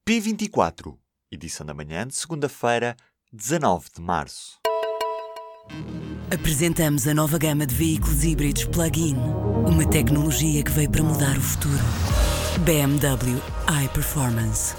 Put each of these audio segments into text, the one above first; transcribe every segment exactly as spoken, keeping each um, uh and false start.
P vinte e quatro, edição da manhã de segunda-feira, dezanove de março. Apresentamos a nova gama de veículos híbridos plug-in. Uma tecnologia que veio para mudar o futuro. B M W iPerformance.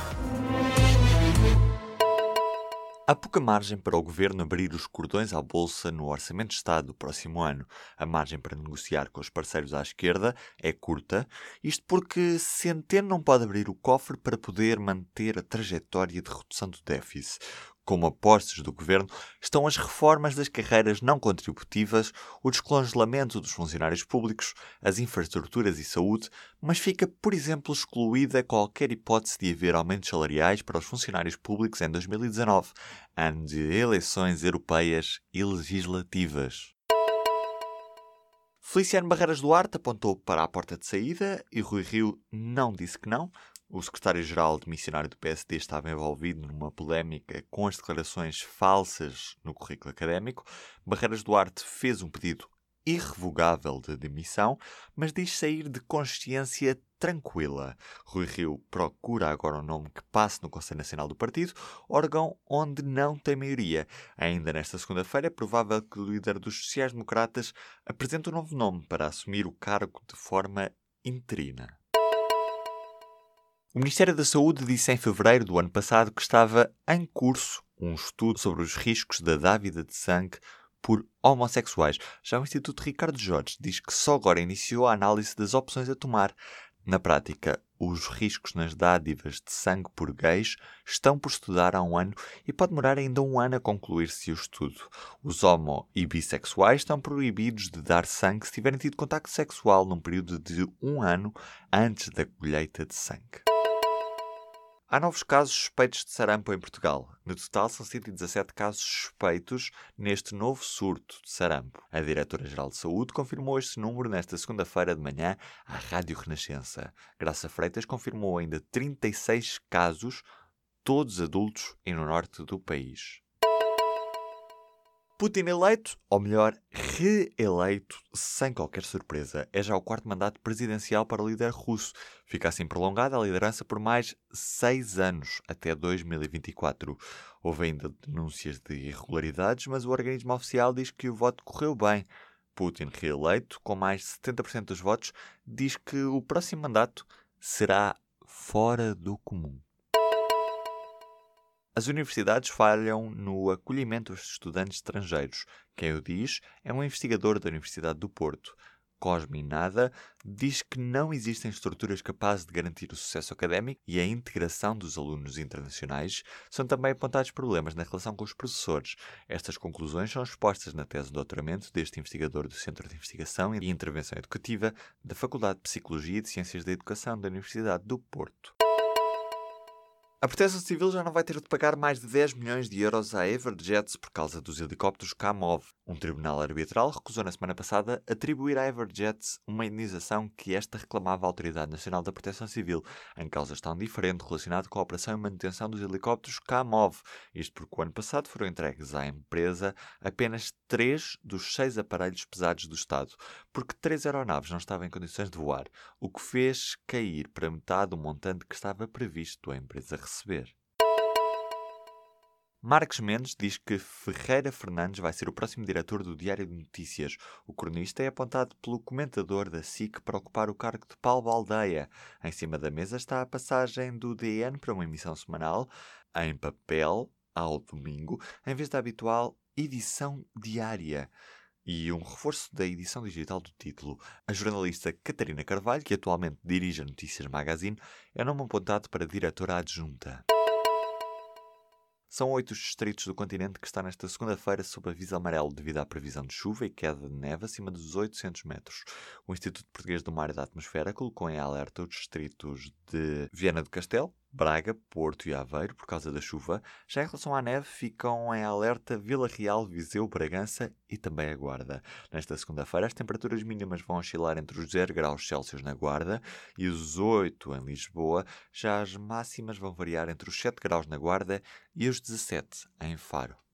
Há pouca margem para o Governo abrir os cordões à Bolsa no Orçamento de Estado do próximo ano. A margem para negociar com os parceiros à esquerda é curta, isto porque Centeno não pode abrir o cofre para poder manter a trajetória de redução do déficit. Como apostas do Governo estão as reformas das carreiras não contributivas, o descongelamento dos funcionários públicos, as infraestruturas e saúde, mas fica, por exemplo, excluída qualquer hipótese de haver aumentos salariais para os funcionários públicos em dois mil e dezanove, ano de eleições europeias e legislativas. Feliciano Barreiras Duarte apontou para a porta de saída e Rui Rio não disse que não. O secretário-geral de missionário do P S D estava envolvido numa polémica com as declarações falsas no currículo académico. Barreiras Duarte fez um pedido irrevogável de demissão, mas diz sair de consciência tranquila. Rui Rio procura agora um nome que passe no Conselho Nacional do Partido, órgão onde não tem maioria. Ainda nesta segunda-feira é provável que o líder dos sociais-democratas apresente um novo nome para assumir o cargo de forma interina. O Ministério da Saúde disse em fevereiro do ano passado que estava em curso um estudo sobre os riscos da dávida de sangue por homossexuais. Já o Instituto Ricardo Jorge diz que só agora iniciou a análise das opções a tomar. Na prática, os riscos nas dádivas de sangue por gays estão por estudar há um ano e pode demorar ainda um ano a concluir-se o estudo. Os homo e bissexuais estão proibidos de dar sangue se tiverem tido contacto sexual num período de um ano antes da colheita de sangue. Há novos casos suspeitos de sarampo em Portugal. No total, são cento e dezassete casos suspeitos neste novo surto de sarampo. A Diretora-Geral de Saúde confirmou este número nesta segunda-feira de manhã à Rádio Renascença. Graça Freitas confirmou ainda trinta e seis casos, todos adultos, e no norte do país. Putin eleito, ou melhor, reeleito, sem qualquer surpresa. É já o quarto mandato presidencial para o líder russo. Fica assim prolongada a liderança por mais seis anos, até dois mil e vinte e quatro. Houve ainda denúncias de irregularidades, mas o organismo oficial diz que o voto correu bem. Putin, reeleito, com mais de setenta por cento dos votos, diz que o próximo mandato será fora do comum. As universidades falham no acolhimento dos estudantes estrangeiros. Quem o diz é um investigador da Universidade do Porto. Cosme Nada diz que não existem estruturas capazes de garantir o sucesso académico e a integração dos alunos internacionais. São também apontados problemas na relação com os professores. Estas conclusões são expostas na tese de doutoramento deste investigador do Centro de Investigação e Intervenção Educativa da Faculdade de Psicologia e de Ciências da Educação da Universidade do Porto. A Proteção Civil já não vai ter de pagar mais de dez milhões de euros à Everjet por causa dos helicópteros Kamov. Um tribunal arbitral recusou na semana passada atribuir à Everjet uma indenização que esta reclamava à Autoridade Nacional da Proteção Civil. Em causa está um diferente relacionado com a operação e manutenção dos helicópteros Kamov. Isto porque o ano passado foram entregues à empresa apenas três dos seis aparelhos pesados do Estado, porque três aeronaves não estavam em condições de voar, o que fez cair para metade o montante que estava previsto à empresa receber. Marcos Mendes diz que Ferreira Fernandes vai ser o próximo diretor do Diário de Notícias. O cronista é apontado pelo comentador da S I C para ocupar o cargo de Paulo Baldeia. Em cima da mesa está a passagem do D N para uma emissão semanal, em papel, ao domingo, em vez da habitual edição diária. E um reforço da edição digital do título. A jornalista Catarina Carvalho, que atualmente dirige a Notícias Magazine, é o nome apontado para diretora adjunta. São oito os distritos do continente que estão nesta segunda-feira sob aviso amarelo devido à previsão de chuva e queda de neve acima dos oitocentos metros. O Instituto Português do Mar e da Atmosfera colocou em alerta os distritos de Viana do Castelo, Braga, Porto e Aveiro por causa da chuva. Já em relação à neve, ficam em alerta Vila Real, Viseu, Bragança e também a Guarda. Nesta segunda-feira, as temperaturas mínimas vão oscilar entre os zero graus Celsius na Guarda e os oito em Lisboa. Já as máximas vão variar entre os sete graus na Guarda e os dezassete em Faro.